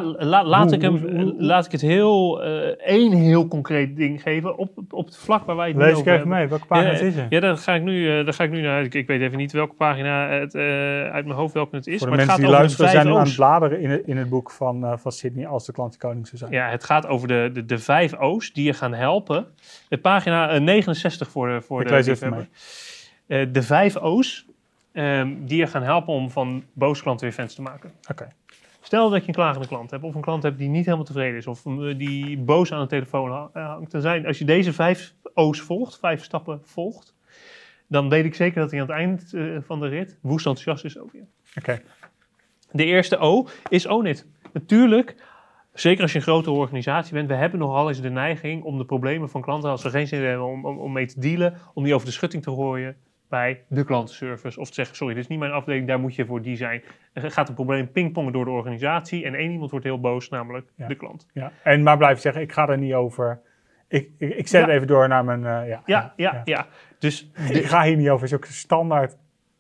[SPEAKER 3] Laat ik het één heel concreet ding geven op het vlak waar wij het nu over hebben.
[SPEAKER 2] Lees ik even mee, welke pagina is er?
[SPEAKER 3] Ja, daar ga ik nu naar. Ik weet even niet welke pagina uit mijn hoofd welke het is.
[SPEAKER 2] Voor de mensen die luisteren zijn nu aan het bladeren in het boek van Sydney Als de klant de koning zou zijn.
[SPEAKER 3] Ja, het gaat over de 5 O's die je gaan helpen. De pagina 69 voor de liefhebber. De 5 O's die je gaan helpen om van boze klanten weer fans te maken.
[SPEAKER 2] Oké.
[SPEAKER 3] Stel dat je een klagende klant hebt, of een klant hebt die niet helemaal tevreden is, of die boos aan de telefoon hangt. Als je deze 5 O's volgt, 5 stappen volgt, dan weet ik zeker dat hij aan het eind van de rit woest enthousiast is over je.
[SPEAKER 2] Oké.
[SPEAKER 3] De eerste O is own it. Natuurlijk, zeker als je een grotere organisatie bent, we hebben nogal eens de neiging om de problemen van klanten, als ze geen zin hebben om mee te dealen, om die over de schutting te gooien bij de klantenservice. Of te zeggen, sorry, dit is niet mijn afdeling, daar moet je voor die zijn. Er gaat een probleem pingpongen door de organisatie en 1 iemand wordt heel boos, namelijk de klant.
[SPEAKER 2] Ja. Maar blijf zeggen, ik ga er niet over. Ik zet het even door naar mijn...
[SPEAKER 3] Dus
[SPEAKER 2] ik ga hier niet over, is ook standaard.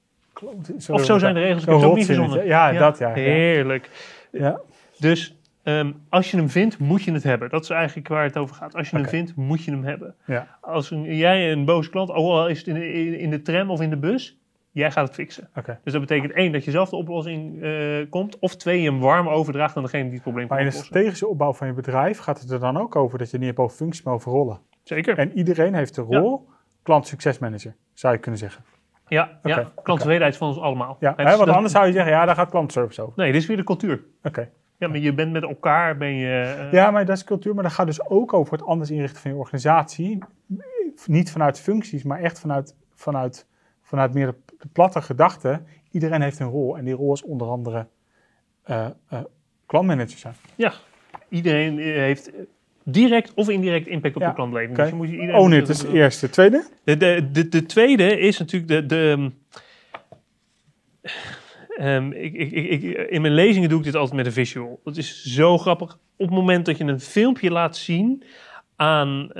[SPEAKER 3] Of zo zijn de regels, ik heb het ook niet verzonnen.
[SPEAKER 2] Ja.
[SPEAKER 3] Heerlijk. Ja. Dus als je hem vindt, moet je het hebben. Dat is eigenlijk waar het over gaat. Als je hem vindt, moet je hem hebben. Ja. Als jij een boze klant, ook al is het in de tram of in de bus, jij gaat het fixen. Okay. Dus dat betekent 1, dat je zelf de oplossing komt. Of 2, je hem warm overdraagt aan degene die het probleem kan oplossen.
[SPEAKER 2] Maar in de strategische opbouw van je bedrijf gaat het er dan ook over dat je niet hebt over functies, maar over rollen.
[SPEAKER 3] Zeker.
[SPEAKER 2] En iedereen heeft de rol klantsuccesmanager, zou je kunnen zeggen.
[SPEAKER 3] Ja, klanttevredenheid van ons allemaal.
[SPEAKER 2] Ja, want anders zou je zeggen, daar gaat klantservice over.
[SPEAKER 3] Nee, dit is weer de cultuur.
[SPEAKER 2] Oké.
[SPEAKER 3] Ja, maar je bent met elkaar,
[SPEAKER 2] Ja, maar dat is cultuur, maar dat gaat dus ook over het anders inrichten van je organisatie. Niet vanuit functies, maar echt vanuit meer de platte gedachte. Iedereen heeft een rol en die rol is onder andere klantmanager zijn.
[SPEAKER 3] Ja, iedereen heeft direct of indirect impact op de klantbeleving.
[SPEAKER 2] Okay. Dus own it is de eerste. Tweede?
[SPEAKER 3] De tweede is natuurlijk in mijn lezingen doe ik dit altijd met een visual. Dat is zo grappig. Op het moment dat je een filmpje laat zien aan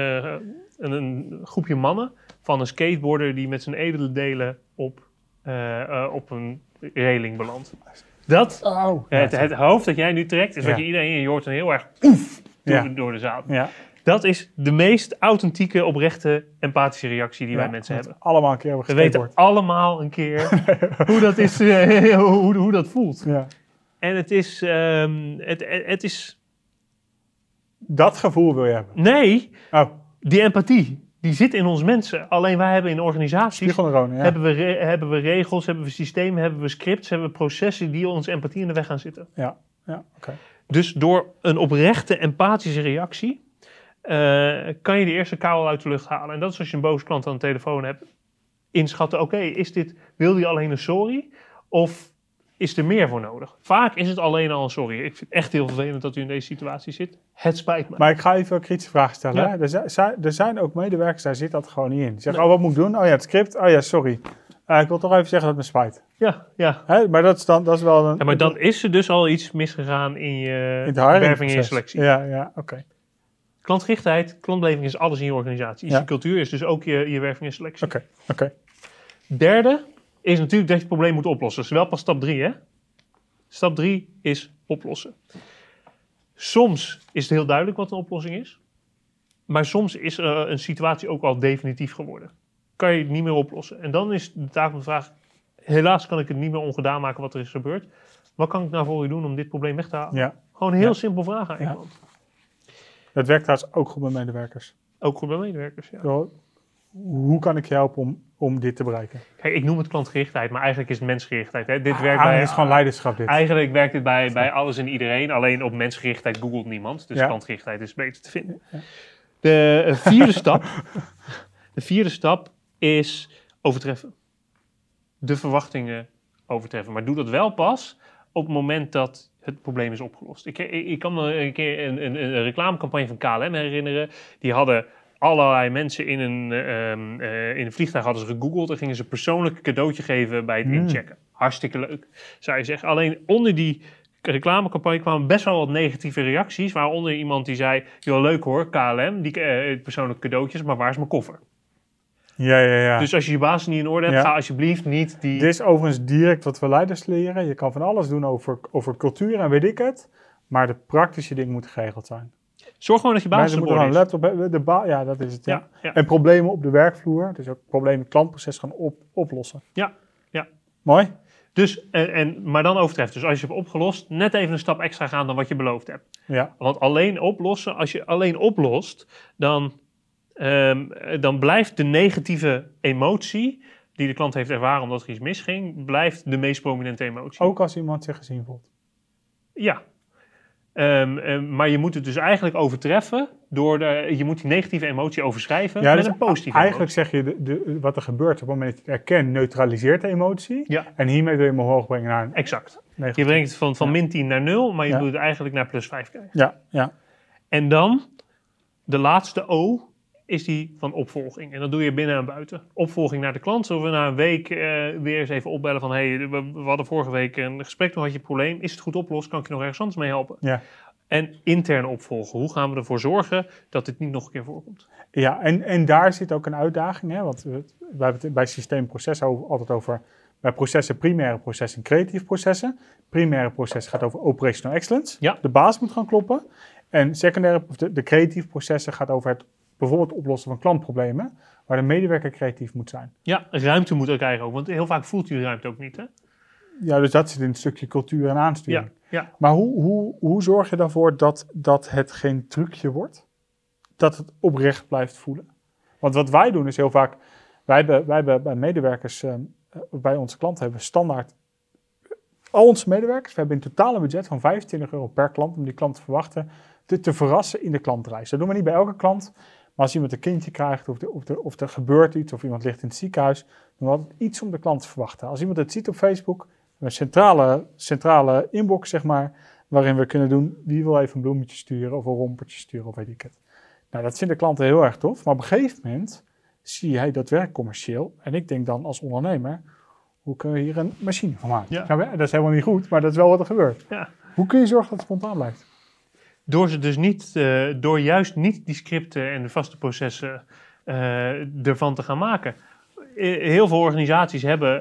[SPEAKER 3] een groepje mannen van een skateboarder die met zijn edele delen op een reling belandt. Het hoofd dat jij nu trekt is wat je iedereen je hoort een heel erg door de zaal. Ja. Dat is de meest authentieke, oprechte, empathische reactie die wij mensen hebben.
[SPEAKER 2] Allemaal een keer
[SPEAKER 3] we weten allemaal een keer hoe dat is, hoe dat voelt. Ja. En het is...
[SPEAKER 2] Dat gevoel wil je hebben?
[SPEAKER 3] Nee, die empathie. Die zit in ons mensen. Alleen wij hebben in organisaties... hebben we regels, hebben we systemen, hebben we scripts, hebben we processen die ons empathie in de weg gaan zitten.
[SPEAKER 2] Ja, oké.
[SPEAKER 3] Dus door een oprechte, empathische reactie... kan je de eerste kabel uit de lucht halen. En dat is als je een boze klant aan de telefoon hebt. Inschatten, wil die alleen een sorry? Of is er meer voor nodig? Vaak is het alleen al een sorry. Ik vind het echt heel vervelend dat u in deze situatie zit. Het spijt me.
[SPEAKER 2] Maar ik ga even een kritische vraag stellen. Ja. Er zijn ook medewerkers, daar zit dat gewoon niet in. Die zeggen, wat moet ik doen? Het script. Sorry. Ik wil toch even zeggen dat het me spijt. Ja. Maar dat is wel een...
[SPEAKER 3] maar dan is er dus al iets misgegaan in je werving en je selectie.
[SPEAKER 2] Ja, oké.
[SPEAKER 3] Klantgerichtheid, klantbeleving is alles in je organisatie. Je cultuur is dus ook je werving en selectie.
[SPEAKER 2] Oké.
[SPEAKER 3] Derde is natuurlijk dat je het probleem moet oplossen. Dat is wel pas stap 3, hè? Stap 3 is oplossen. Soms is het heel duidelijk wat een oplossing is. Maar soms is een situatie ook al definitief geworden. Kan je het niet meer oplossen. En dan is de taak van de vraag... Helaas kan ik het niet meer ongedaan maken wat er is gebeurd. Wat kan ik nou voor u doen om dit probleem weg te halen? Ja. Gewoon een heel simpel vraag aan iemand.
[SPEAKER 2] Dat werkt trouwens ook goed bij medewerkers.
[SPEAKER 3] Ook goed bij medewerkers, ja.
[SPEAKER 2] Zo, hoe kan ik je helpen om dit te bereiken?
[SPEAKER 3] Kijk, ik noem het klantgerichtheid, maar eigenlijk is het mensgerichtheid. Hè.
[SPEAKER 2] Dit is gewoon leiderschap dit.
[SPEAKER 3] Eigenlijk werkt dit bij alles en iedereen. Alleen op mensgerichtheid googelt niemand. Dus klantgerichtheid is beter te vinden. Ja. De vierde stap is overtreffen. De verwachtingen overtreffen. Maar doe dat wel pas op het moment dat het probleem is opgelost. Ik kan me een keer een reclamecampagne van KLM herinneren. Die hadden allerlei mensen in een vliegtuig hadden ze gegoogeld en gingen ze persoonlijk een cadeautje geven bij het inchecken. Hartstikke leuk, zou je zeggen. Alleen onder die reclamecampagne kwamen best wel wat negatieve reacties. Waaronder iemand die zei, joh, leuk hoor, KLM, die persoonlijke cadeautjes, maar waar is mijn koffer?
[SPEAKER 2] Ja.
[SPEAKER 3] Dus als je je basis niet in orde hebt, ga alsjeblieft niet die...
[SPEAKER 2] Dit is overigens direct wat we leiders leren. Je kan van alles doen over cultuur en weet ik het. Maar de praktische dingen moeten geregeld zijn.
[SPEAKER 3] Zorg gewoon dat je basis
[SPEAKER 2] op orde is. Mensen moeten gewoon een laptop hebben. Dat is het. Ja. En problemen op de werkvloer. Dus ook problemen in het klantproces gaan oplossen.
[SPEAKER 3] Ja.
[SPEAKER 2] Mooi.
[SPEAKER 3] Dus, maar dan overtreft. Dus als je hebt opgelost, net even een stap extra gaan dan wat je beloofd hebt.
[SPEAKER 2] Ja.
[SPEAKER 3] Want alleen oplossen, als je alleen oplost, dan blijft de negatieve emotie die de klant heeft ervaren omdat er iets misging, blijft de meest prominente emotie.
[SPEAKER 2] Ook als iemand zich gezien voelt.
[SPEAKER 3] Ja. Maar je moet het dus eigenlijk overtreffen door je moet die negatieve emotie overschrijven met een positieve
[SPEAKER 2] eigenlijk emotie. Zeg je, wat er gebeurt op het moment dat je het herkent, neutraliseert de emotie.
[SPEAKER 3] Ja.
[SPEAKER 2] En hiermee wil je hem omhoog brengen naar een...
[SPEAKER 3] Exact. Negatief. Je brengt het van min 10 naar 0, maar je doet het eigenlijk naar plus 5 krijgen.
[SPEAKER 2] Ja.
[SPEAKER 3] En dan, de laatste O, is die van opvolging. En dat doe je binnen en buiten. Opvolging naar de klant. Zullen we na een week weer eens even opbellen van... we hadden vorige week een gesprek, toen had je een probleem. Is het goed opgelost? Kan ik je nog ergens anders mee helpen?
[SPEAKER 2] Ja.
[SPEAKER 3] En interne opvolgen. Hoe gaan we ervoor zorgen dat dit niet nog een keer voorkomt?
[SPEAKER 2] Ja, en daar zit ook een uitdaging. Hè? Want we hebben het bij systeemprocessen altijd over... bij processen, primaire processen en creatieve processen. Primaire proces gaat over operational excellence.
[SPEAKER 3] Ja.
[SPEAKER 2] De baas moet gaan kloppen. En secundaire, de creatieve processen gaat over het bijvoorbeeld oplossen van klantproblemen, waar de medewerker creatief moet zijn.
[SPEAKER 3] Ja, ruimte moet ook krijgen ook, want heel vaak voelt die ruimte ook niet, hè?
[SPEAKER 2] Ja, dus dat zit in het stukje cultuur en aansturing.
[SPEAKER 3] Ja.
[SPEAKER 2] Maar hoe zorg je ervoor dat het geen trucje wordt? Dat het oprecht blijft voelen? Want wat wij doen is heel vaak, wij hebben bij medewerkers, bij onze klanten hebben we standaard, al onze medewerkers, we hebben in totaal een budget van €25 per klant om die klant te verwachten, te verrassen in de klantreis. Dat doen we niet bij elke klant. Maar als iemand een kindje krijgt of er gebeurt iets of iemand ligt in het ziekenhuis, dan wordt het iets om de klant te verwachten. Als iemand het ziet op Facebook, een centrale inbox zeg maar, waarin we kunnen doen wie wil even een bloemetje sturen of een rompertje sturen of weet ik het. Nou, dat vinden klanten heel erg tof, maar op een gegeven moment zie jij dat werkt commercieel. En ik denk dan als ondernemer, hoe kunnen we hier een machine van maken?
[SPEAKER 3] Ja.
[SPEAKER 2] Nou, dat is helemaal niet goed, maar dat is wel wat er gebeurt.
[SPEAKER 3] Ja.
[SPEAKER 2] Hoe kun je zorgen dat het spontaan blijft?
[SPEAKER 3] Door juist niet die scripten en de vaste processen ervan te gaan maken. Heel veel organisaties hebben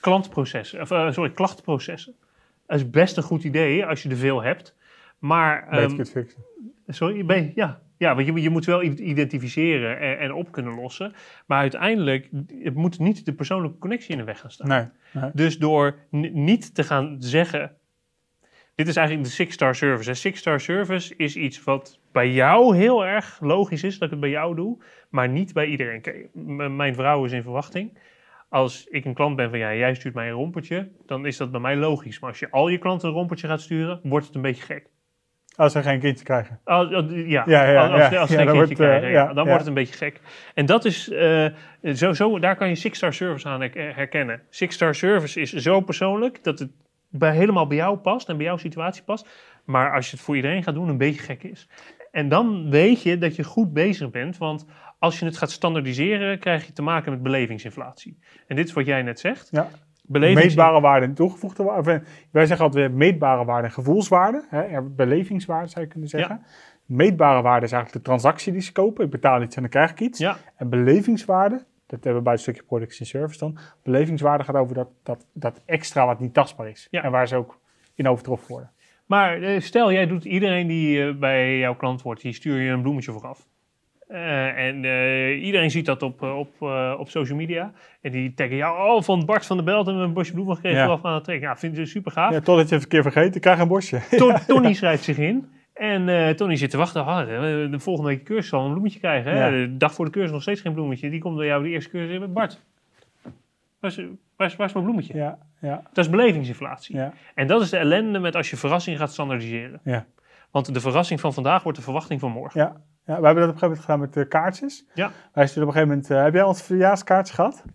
[SPEAKER 3] klachtprocessen. Dat is best een goed idee als je er veel hebt. Maar,
[SPEAKER 2] Beter kunt fixen.
[SPEAKER 3] Sorry, ja, want je moet wel identificeren en op kunnen lossen. Maar uiteindelijk het moet niet de persoonlijke connectie in de weg gaan staan.
[SPEAKER 2] Nee.
[SPEAKER 3] Dus door niet te gaan zeggen... Dit is eigenlijk de 6-star service. Een 6-star service is iets wat bij jou heel erg logisch is, dat ik het bij jou doe, maar niet bij iedereen. Kijk, mijn vrouw is in verwachting. Als ik een klant ben van jij stuurt mij een rompertje, dan is dat bij mij logisch. Maar als je al je klanten een rompertje gaat sturen, wordt het een beetje gek.
[SPEAKER 2] Als ze geen kindje krijgen.
[SPEAKER 3] Als ze geen kindje krijgen, dan wordt het een beetje gek. En dat is, daar kan je 6-star service aan herkennen. 6-star service is zo persoonlijk dat het helemaal bij jou past en bij jouw situatie past. Maar als je het voor iedereen gaat doen, een beetje gek is. En dan weet je dat je goed bezig bent, want als je het gaat standaardiseren, krijg je te maken met belevingsinflatie. En dit is wat jij net zegt.
[SPEAKER 2] Ja. Meetbare waarden en toegevoegde waarden. Wij zeggen altijd weer meetbare waarden en gevoelswaarden. Belevingswaarden zou je kunnen zeggen. Ja. Meetbare waarden is eigenlijk de transactie die ze kopen. Ik betaal iets en dan krijg ik iets. Ja. En belevingswaarden, dat hebben we bij het stukje products en service dan. Belevingswaarde gaat over dat extra wat niet tastbaar is. Ja. En waar ze ook in overtroffen worden.
[SPEAKER 3] Maar stel, jij doet iedereen die bij jouw klant wordt, die stuur je een bloemetje vooraf. Iedereen ziet dat op social media. En die taggen jou, van Bart van der Belt en een bosje bloemen gekregen vooraf aan het trekken. Ja, vinden ze super gaaf.
[SPEAKER 2] Ja, totdat je het een keer vergeet, ik krijg een bosje.
[SPEAKER 3] Tony schrijft zich in. En Tony zit te wachten. De volgende week de cursus zal een bloemetje krijgen. Hè? Ja. De dag voor de cursus nog steeds geen bloemetje. Die komt bij jou de eerste cursus in. Bart, waar is mijn bloemetje?
[SPEAKER 2] Ja.
[SPEAKER 3] Dat is belevingsinflatie.
[SPEAKER 2] Ja.
[SPEAKER 3] En dat is de ellende met als je verrassingen gaat standaardiseren.
[SPEAKER 2] Ja.
[SPEAKER 3] Want de verrassing van vandaag wordt de verwachting van morgen.
[SPEAKER 2] Ja, we hebben dat op een gegeven moment gedaan met de kaartjes. Ja. Wij sturen op een gegeven moment... heb jij al het verjaardagskaartje gehad?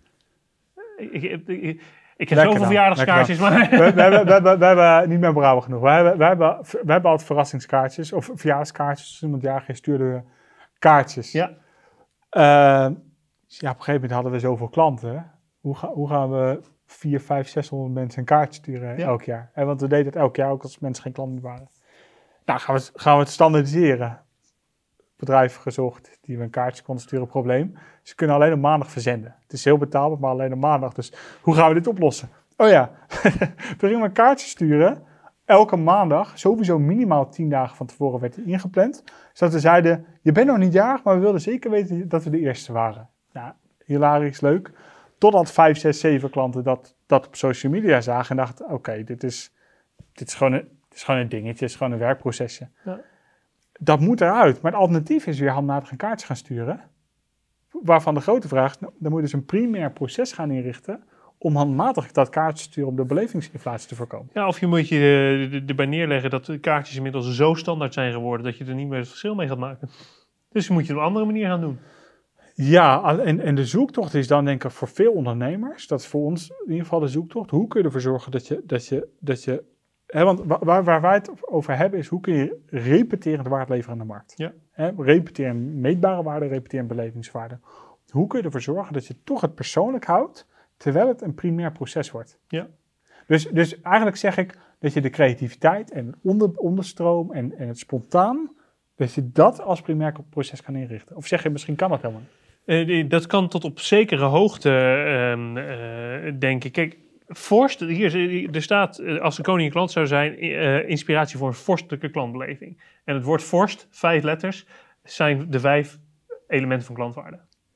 [SPEAKER 3] Ik heb zoveel verjaardagskaartjes, maar...
[SPEAKER 2] We hebben niet meer brouwen genoeg. We hebben altijd verrassingskaartjes of verjaardagskaartjes. Als iemand jarig is, stuurden we kaartjes.
[SPEAKER 3] Ja.
[SPEAKER 2] Op een gegeven moment hadden we zoveel klanten. Hoe gaan we 400, 500, 600 mensen een kaartje sturen elk jaar? Want we deden het elk jaar, ook als mensen geen klant meer waren. Nou, gaan we het standaardiseren. Bedrijf gezocht die we een kaartje konden sturen, probleem. Ze kunnen alleen op maandag verzenden. Het is heel betaalbaar, maar alleen op maandag. Dus hoe gaan we dit oplossen? Oh ja, toen gingen we een kaartje sturen. Elke maandag, sowieso minimaal 10 dagen van tevoren werd die ingepland. Zodat we zeiden, je bent nog niet jarig, maar we wilden zeker weten dat we de eerste waren. Nou, hilarisch, leuk. Totdat 5, 6, 7 klanten dat op social media zagen en dachten, oké, dit is gewoon een dingetje, het is gewoon een werkprocesje. Ja. Dat moet eruit. Maar het alternatief is weer handmatig een kaartje gaan sturen. Waarvan de grote vraag is, dan moet je dus een primair proces gaan inrichten om handmatig dat kaartje te sturen om de belevingsinflatie te voorkomen.
[SPEAKER 3] Ja, of je moet je erbij neerleggen dat de kaartjes inmiddels zo standaard zijn geworden dat je er niet meer het verschil mee gaat maken. Dus moet je het op een andere manier gaan doen.
[SPEAKER 2] Ja, en de zoektocht is dan denk ik voor veel ondernemers, dat is voor ons in ieder geval de zoektocht, hoe kun je ervoor zorgen dat je want waar wij het over hebben is hoe kun je repeterend waarde leveren aan de markt. Ja. Repeteren meetbare waarde, repeteren belevingswaarde. Hoe kun je ervoor zorgen dat je toch het persoonlijk houdt, terwijl het een primair proces wordt. Ja. Dus eigenlijk zeg ik dat je de creativiteit en onderstroom en het spontaan, dat je dat als primair proces kan inrichten. Of zeg je misschien kan dat helemaal niet?
[SPEAKER 3] Dat kan tot op zekere hoogte, denk ik. Kijk, vorst, er staat, als de koning een klant zou zijn, inspiratie voor een vorstelijke klantbeleving. En het woord vorst, 5 letters, zijn de 5 elementen van klantwaarde.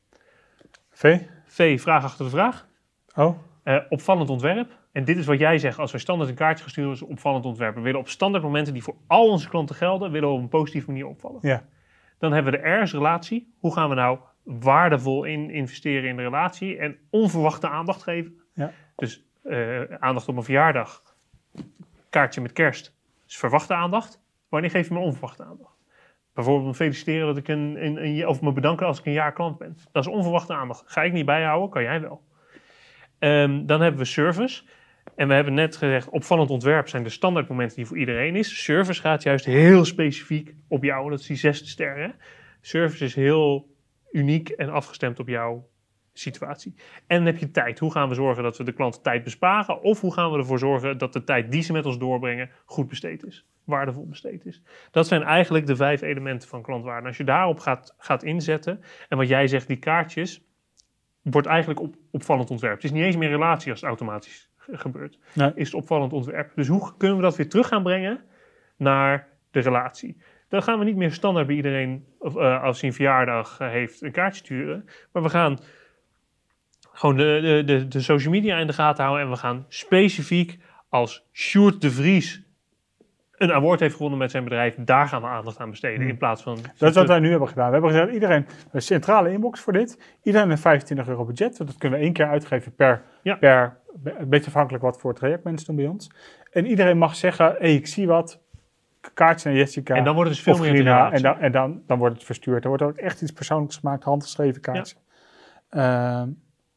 [SPEAKER 3] V, vraag achter de vraag.
[SPEAKER 2] Oh.
[SPEAKER 3] Opvallend ontwerp. En dit is wat jij zegt, als wij standaard een kaartje gestuurd is opvallend ontwerp. We willen op standaard momenten die voor al onze klanten gelden, willen we op een positieve manier opvallen. Ja. Dan hebben we de R's, relatie. Hoe gaan we nou waardevol investeren in de relatie en onverwachte aandacht geven? Ja. Dus aandacht op een verjaardag, kaartje met kerst, is verwachte aandacht. Wanneer geef je me onverwachte aandacht? Bijvoorbeeld me feliciteren dat ik of me bedanken als ik een jaar klant ben. Dat is onverwachte aandacht. Ga ik niet bijhouden, kan jij wel. Dan hebben we service. En we hebben net gezegd, opvallend ontwerp zijn de standaard momenten die voor iedereen is. Service gaat juist heel specifiek op jou. Dat is die 6e ster. Hè? Service is heel uniek en afgestemd op jouw situatie. En dan heb je tijd. Hoe gaan we zorgen dat we de klant tijd besparen? Of hoe gaan we ervoor zorgen dat de tijd die ze met ons doorbrengen goed besteed is? Waardevol besteed is. Dat zijn eigenlijk de 5 elementen van klantwaarde. En als je daarop gaat inzetten, en wat jij zegt, die kaartjes, wordt eigenlijk opvallend ontwerp. Het is niet eens meer relatie als het automatisch gebeurt.
[SPEAKER 2] Nee.
[SPEAKER 3] Is het opvallend ontwerp. Dus hoe kunnen we dat weer terug gaan brengen naar de relatie? Dan gaan we niet meer standaard bij iedereen, als hij een verjaardag heeft, een kaartje sturen. Maar we gaan gewoon de social media in de gaten houden. En we gaan specifiek, als Sjoerd de Vries een award heeft gewonnen met zijn bedrijf, daar gaan we aandacht aan besteden. In plaats van...
[SPEAKER 2] Dat is wat wij nu hebben gedaan. We hebben gezegd, iedereen een centrale inbox voor dit. Iedereen een €25 budget. Dat kunnen we 1 keer uitgeven per een beetje afhankelijk wat voor traject mensen doen bij ons. En iedereen mag zeggen, hey, ik zie wat. Kaartje naar Jessica.
[SPEAKER 3] En dan wordt het dus veel meer
[SPEAKER 2] Grina, en dan wordt het verstuurd. Dan wordt ook echt iets persoonlijks gemaakt, handgeschreven kaartje.
[SPEAKER 3] Ja.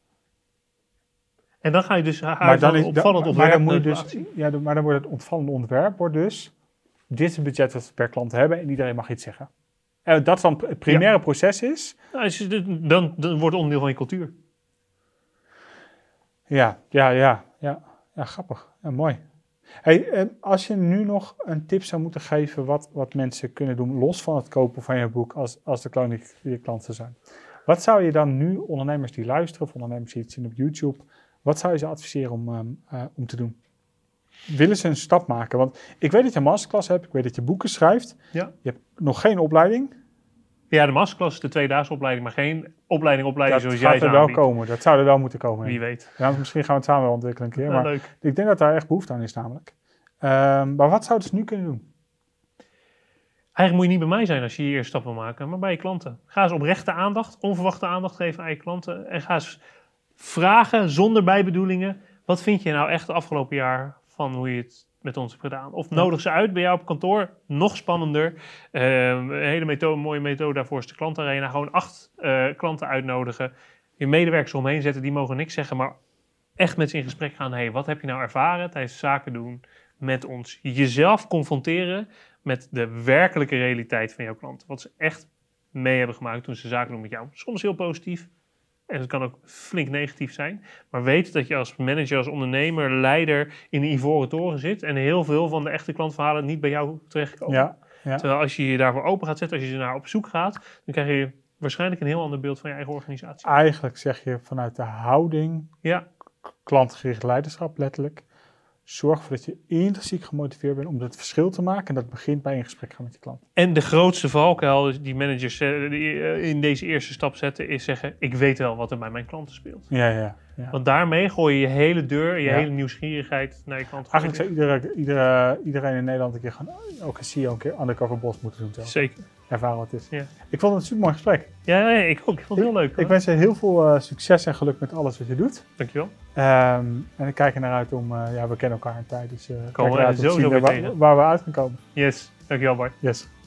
[SPEAKER 3] En dan ga je dus opvallend ontwerp.
[SPEAKER 2] Maar dan wordt het ontvallende ontwerp wordt dus, dit is het budget dat we per klant hebben en iedereen mag iets zeggen. En dat dan het primaire proces is.
[SPEAKER 3] Dan wordt het onderdeel van je cultuur.
[SPEAKER 2] Ja, grappig. Ja, mooi. Hey, als je nu nog een tip zou moeten geven wat mensen kunnen doen, los van het kopen van je boek, als de klanten zijn. Wat zou je dan nu, ondernemers die luisteren, of ondernemers die het zien op YouTube, wat zou je ze adviseren om te doen? Willen ze een stap maken? Want ik weet dat je een masterclass hebt, ik weet dat je boeken schrijft.
[SPEAKER 3] Ja.
[SPEAKER 2] Je hebt nog geen opleiding.
[SPEAKER 3] Ja, de masterclass is de 2-daagse opleiding, maar geen opleiding zoals jij
[SPEAKER 2] zou er wel komen. Dat zou er wel moeten komen.
[SPEAKER 3] Wie weet.
[SPEAKER 2] Ja, misschien gaan we het samen wel ontwikkelen een keer. Maar
[SPEAKER 3] leuk.
[SPEAKER 2] Ik denk dat daar echt behoefte aan is namelijk. Maar wat zouden ze nu kunnen doen?
[SPEAKER 3] Eigenlijk moet je niet bij mij zijn als je je eerste stap wil maken, maar bij je klanten. Ga eens oprechte aandacht, onverwachte aandacht geven aan je klanten. En ga eens vragen zonder bijbedoelingen. Wat vind je nou echt het afgelopen jaar van hoe je het met ons hebt gedaan? Of nodig ze uit bij jou op kantoor. Nog spannender. Een hele mooie methode daarvoor is de klantarena. Gewoon 8 klanten uitnodigen. Je medewerkers omheen zetten, die mogen niks zeggen. Maar echt met ze in gesprek gaan. Hey, wat heb je nou ervaren tijdens zaken doen met ons? Jezelf confronteren met de werkelijke realiteit van jouw klanten. Wat ze echt mee hebben gemaakt toen ze zaken doen met jou. Soms heel positief. En het kan ook flink negatief zijn. Maar weet dat je als manager, als ondernemer, leider in de ivoren toren zit. En heel veel van de echte klantverhalen niet bij jou terechtkomen.
[SPEAKER 2] Ja.
[SPEAKER 3] Terwijl als je je daarvoor open gaat zetten, als je ze naar op zoek gaat, dan krijg je waarschijnlijk een heel ander beeld van je eigen organisatie.
[SPEAKER 2] Eigenlijk zeg je vanuit de houding, klantgericht leiderschap letterlijk. Zorg ervoor dat je intrinsiek gemotiveerd bent om dat verschil te maken. En dat begint bij een gesprek gaan met je klant.
[SPEAKER 3] En de grootste valkuil die managers in deze eerste stap zetten is zeggen, ik weet wel wat er bij mijn klanten speelt.
[SPEAKER 2] Ja.
[SPEAKER 3] Want daarmee gooi je je hele deur, hele nieuwsgierigheid naar je klant.
[SPEAKER 2] Eigenlijk zou iedereen in Nederland een keer gewoon, ook een CEO een keer undercover boss moeten doen. Zelf.
[SPEAKER 3] Zeker.
[SPEAKER 2] Ervaren wat het is.
[SPEAKER 3] Ja.
[SPEAKER 2] Ik vond het een super mooi gesprek.
[SPEAKER 3] Ja, ik ook. Ik vond het heel leuk.
[SPEAKER 2] Ik wens je heel veel succes en geluk met alles wat je doet.
[SPEAKER 3] Dankjewel.
[SPEAKER 2] En ik kijk er naar uit om, we kennen elkaar een tijd, dus
[SPEAKER 3] komen we sowieso weer tegen.
[SPEAKER 2] Waar we uit gaan komen.
[SPEAKER 3] Yes, dankjewel Bart.
[SPEAKER 2] Yes.